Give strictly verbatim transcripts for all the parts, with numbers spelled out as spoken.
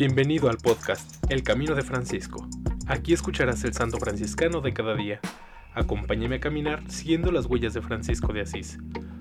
Bienvenido al podcast El Camino de Francisco. Aquí escucharás el santo franciscano de cada día. Acompáñame a caminar siguiendo las huellas de Francisco de Asís.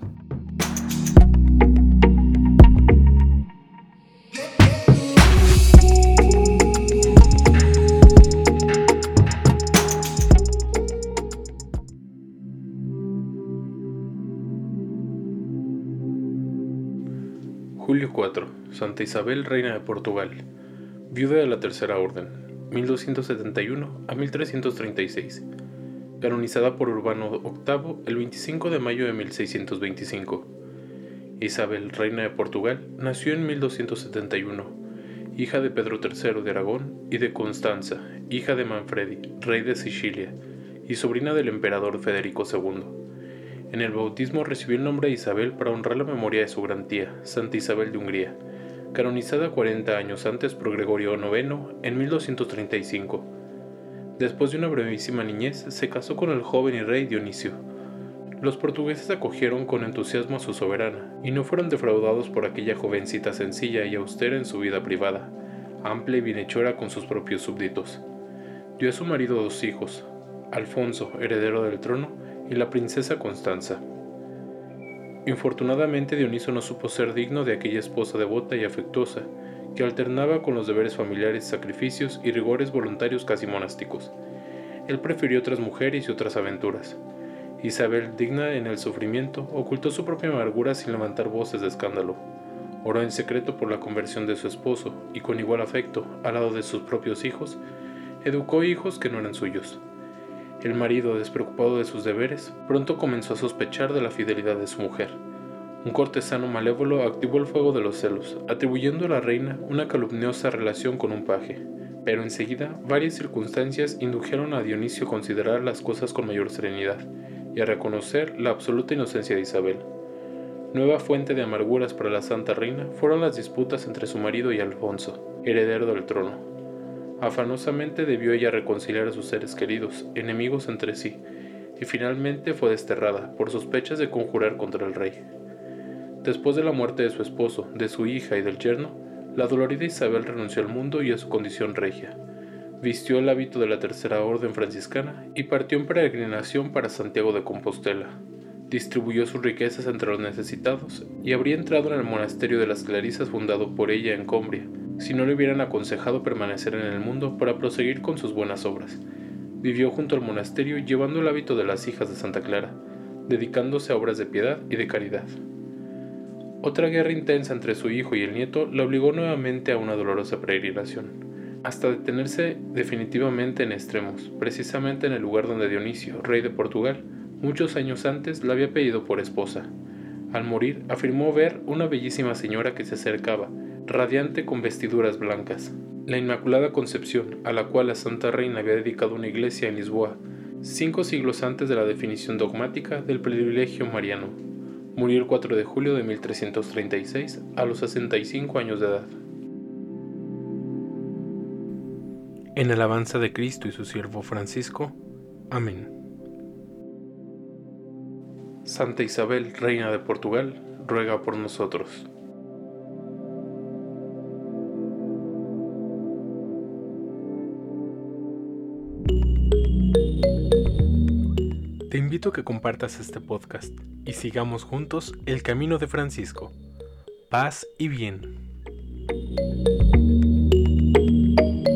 Julio cuatro. Santa Isabel, reina de Portugal, viuda de la Tercera Orden, mil doscientos setenta y uno a mil trescientos treinta y seis, canonizada por Urbano octavo el veinticinco de mayo de mil seiscientos veinticinco. Isabel, reina de Portugal, nació en mil doscientos setenta y uno, hija de Pedro tercero de Aragón y de Constanza, hija de Manfredi, rey de Sicilia, y sobrina del emperador Federico segundo. En el bautismo recibió el nombre de Isabel para honrar la memoria de su gran tía, Santa Isabel de Hungría, canonizada cuarenta años antes por Gregorio noveno en mil doscientos treinta y cinco. Después de una brevísima niñez, se casó con el joven y rey Dionisio. Los portugueses acogieron con entusiasmo a su soberana, y no fueron defraudados por aquella jovencita sencilla y austera en su vida privada, amplia y bienhechora con sus propios súbditos. Dio a su marido dos hijos, Alfonso, heredero del trono, y la princesa Constanza. Infortunadamente Dioniso no supo ser digno de aquella esposa devota y afectuosa, que alternaba con los deberes familiares, sacrificios y rigores voluntarios casi monásticos. Él prefirió otras mujeres y otras aventuras. Isabel, digna en el sufrimiento, ocultó su propia amargura sin levantar voces de escándalo. Oró en secreto por la conversión de su esposo y con igual afecto, al lado de sus propios hijos, educó hijos que no eran suyos. El marido, despreocupado de sus deberes, pronto comenzó a sospechar de la fidelidad de su mujer. Un cortesano malévolo activó el fuego de los celos, atribuyendo a la reina una calumniosa relación con un paje. Pero enseguida, varias circunstancias indujeron a Dionisio a considerar las cosas con mayor serenidad y a reconocer la absoluta inocencia de Isabel. Nueva fuente de amarguras para la santa reina fueron las disputas entre su marido y Alfonso, heredero del trono. Afanosamente debió ella reconciliar a sus seres queridos, enemigos entre sí, y finalmente fue desterrada por sospechas de conjurar contra el rey. Después de la muerte de su esposo, de su hija y del yerno, la dolorida Isabel renunció al mundo y a su condición regia. Vistió el hábito de la Tercera Orden franciscana y partió en peregrinación para Santiago de Compostela. Distribuyó sus riquezas entre los necesitados y habría entrado en el monasterio de las Clarisas fundado por ella en Combria, si no le hubieran aconsejado permanecer en el mundo para proseguir con sus buenas obras. Vivió junto al monasterio llevando el hábito de las hijas de Santa Clara, dedicándose a obras de piedad y de caridad. Otra guerra intensa entre su hijo y el nieto la obligó nuevamente a una dolorosa peregrinación, hasta detenerse definitivamente en Extremos, precisamente en el lugar donde Dionisio, rey de Portugal, muchos años antes la había pedido por esposa. Al morir, afirmó ver una bellísima señora que se acercaba, radiante con vestiduras blancas, la Inmaculada Concepción, a la cual la Santa Reina había dedicado una iglesia en Lisboa, cinco siglos antes de la definición dogmática del privilegio mariano. Murió el cuatro de julio de mil trescientos treinta y seis, a los sesenta y cinco años de edad. En alabanza de Cristo y su siervo Francisco. Amén. Santa Isabel, reina de Portugal, ruega por nosotros. Te invito a que compartas este podcast y sigamos juntos el camino de Francisco. Paz y bien.